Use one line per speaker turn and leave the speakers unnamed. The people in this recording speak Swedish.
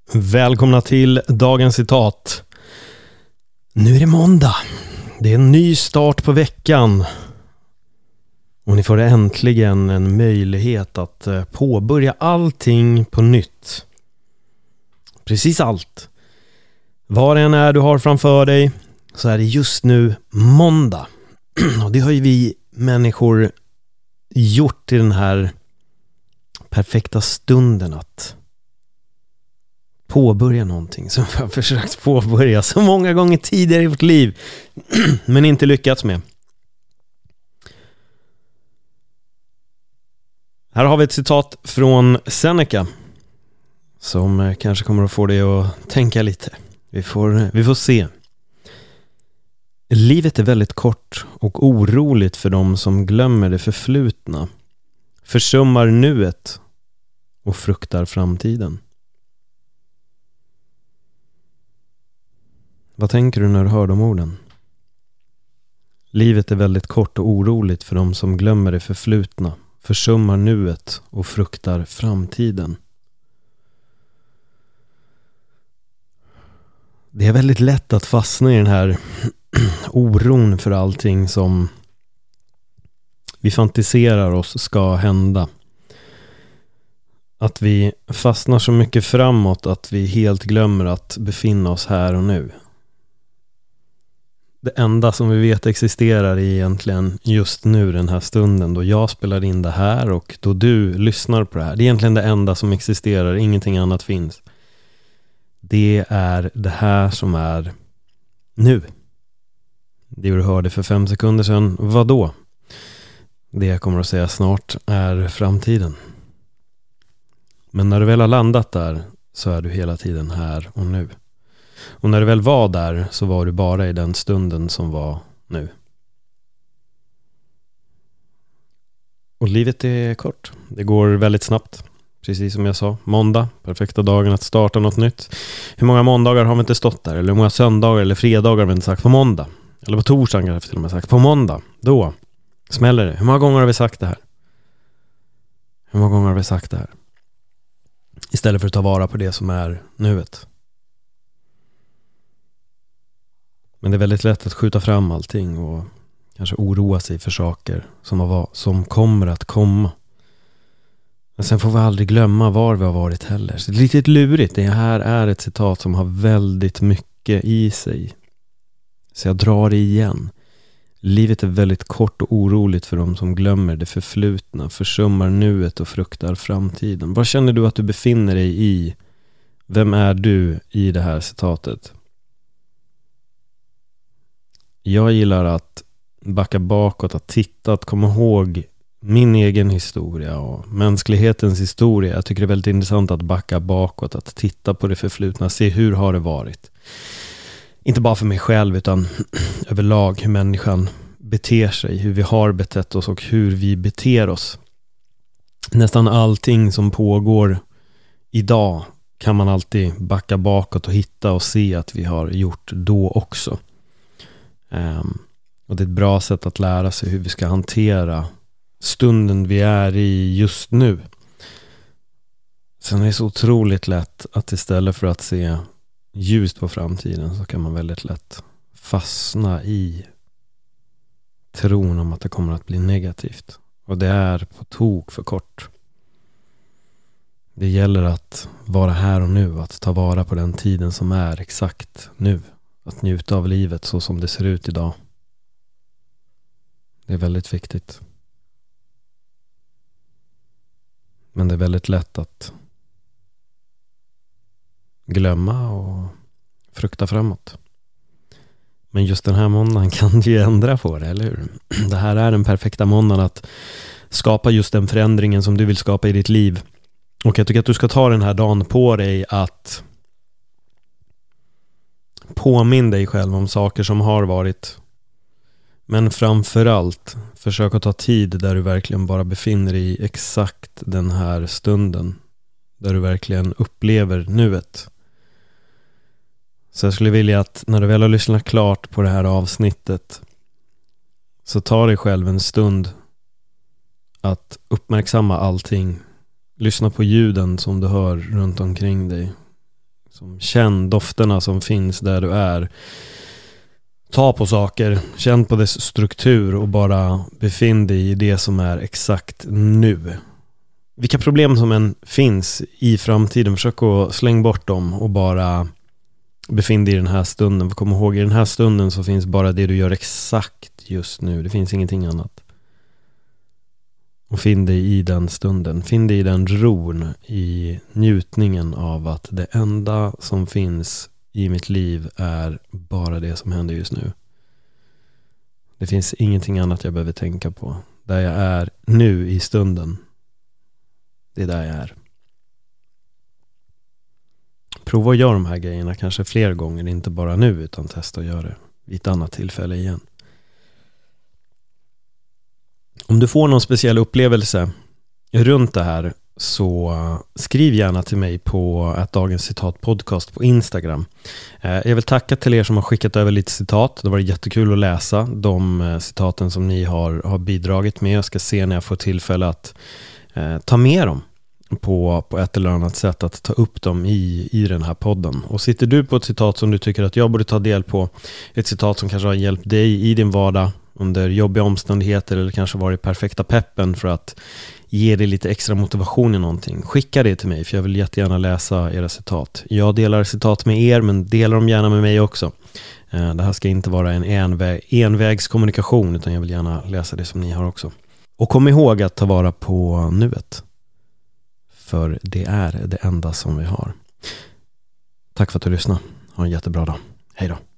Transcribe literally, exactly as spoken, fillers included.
Välkomna till dagens citat. Nu är det måndag. Det är en ny start på veckan. Och ni får äntligen en möjlighet att påbörja allting på nytt. Precis allt. Vad det än är du har framför dig så är det just nu måndag. Och det har ju vi människor gjort i den här perfekta stunden att påbörja någonting som vi har försökt påbörja så många gånger tidigare i vårt liv men inte lyckats med. Här har vi ett citat från Seneca som kanske kommer att få dig att tänka lite. Vi får, vi får se. Livet är väldigt kort och oroligt för dem som glömmer det förflutna, försummar nuet och fruktar framtiden. Vad tänker du när du hör de orden? Livet är väldigt kort och oroligt för dem som glömmer det förflutna, försummar nuet och fruktar framtiden. Det är väldigt lätt att fastna i den här oron för allting som vi fantiserar oss ska hända. Att vi fastnar så mycket framåt att vi helt glömmer att befinna oss här och nu. Det enda som vi vet existerar är egentligen just nu, den här stunden då jag spelar in det här och då du lyssnar på det här. Det är egentligen det enda som existerar, ingenting annat finns. Det är det här som är nu. Det du hörde för fem sekunder sedan, vad då? Det jag kommer att säga snart är framtiden. Men när du väl har landat där så är du hela tiden här och nu. Och när du väl var där så var du bara i den stunden som var nu. Och livet är kort. Det går väldigt snabbt. Precis som jag sa. Måndag, perfekta dagen att starta något nytt. Hur många måndagar har vi inte stått där? Eller hur många söndagar eller fredagar har vi inte sagt på måndag? Eller på torsdagen har vi till och med sagt på måndag. Då smäller det. Hur många gånger har vi sagt det här? Hur många gånger har vi sagt det här? Istället för att ta vara på det som är nuet. Men det är väldigt lätt att skjuta fram allting och kanske oroa sig för saker som, har, som kommer att komma. Men sen får vi aldrig glömma var vi har varit heller. Så det är lite lurigt. Det här är ett citat som har väldigt mycket i sig. Så jag drar det igen. Livet är väldigt kort och oroligt för dem som glömmer det förflutna, försummar nuet och fruktar framtiden. Vad känner du att du befinner dig i? Vem är du i det här citatet? Jag gillar att backa bakåt, att titta, att komma ihåg min egen historia och mänsklighetens historia. Jag tycker det är väldigt intressant att backa bakåt, att titta på det förflutna, se hur har det varit. Inte bara för mig själv utan överlag hur människan beter sig, hur vi har betett oss och hur vi beter oss. Nästan allting som pågår idag kan man alltid backa bakåt och hitta och se att vi har gjort då också. Um, och det är ett bra sätt att lära sig hur vi ska hantera stunden vi är i just nu. Sen är det så otroligt lätt att istället för att se ljust på framtiden så kan man väldigt lätt fastna i tron om att det kommer att bli negativt. Och det är på tok för kort. Det gäller att vara här och nu, att ta vara på den tiden som är exakt nu. Att njuta av livet så som det ser ut idag. Det är väldigt viktigt. Men det är väldigt lätt att glömma och frukta framåt. Men just den här måndagen kan du ju ändra på det, eller hur? Det här är den perfekta måndagen att skapa just den förändringen som du vill skapa i ditt liv. Och jag tycker att du ska ta den här dagen på dig att påminn dig själv om saker som har varit. Men framförallt försök att ta tid där du verkligen bara befinner dig i exakt den här stunden. Där du verkligen upplever nuet. Så jag skulle vilja att när du väl har lyssnat klart på det här avsnittet så ta dig själv en stund att uppmärksamma allting. Lyssna på ljuden som du hör runt omkring dig. Som känn dofterna som finns där du är. Ta på saker, känn på dess struktur och bara befinn dig i det som är exakt nu. Vilka problem som än finns i framtiden, försök att slänga bort dem och bara befinn dig i den här stunden. För kom ihåg, i den här stunden så finns bara det du gör exakt just nu. Det finns ingenting annat. Och finn dig i den stunden. Finn dig i den ron, i njutningen av att det enda som finns i mitt liv är bara det som händer just nu. Det finns ingenting annat jag behöver tänka på. Där jag är nu i stunden. Det är där jag är. Prova att göra de här grejerna kanske fler gånger, inte bara nu, utan testa att göra det vid ett annat tillfälle igen. Om du får någon speciell upplevelse runt det här, så skriv gärna till mig på att Dagens Citat Podcast på Instagram. Jag vill tacka till er som har skickat över lite citat. Det var jättekul att läsa de citaten som ni har, har bidragit med. Jag ska se när jag får tillfälle att eh, ta med dem på, på ett eller annat sätt, att ta upp dem i, i den här podden. Och sitter du på ett citat som du tycker att jag borde ta del på, ett citat som kanske har hjälpt dig i din vardag under jobbiga omständigheter, eller kanske varit perfekta peppen för att ge dig lite extra motivation i någonting, skicka det till mig, för jag vill jättegärna läsa era citat. Jag delar citat med er, men delar dem gärna med mig också. Det här ska inte vara en envä- envägskommunikation, utan jag vill gärna läsa det som ni har också. Och kom ihåg att ta vara på nuet, för det är det enda som vi har. Tack för att du lyssnade. Ha en jättebra dag. Hej då.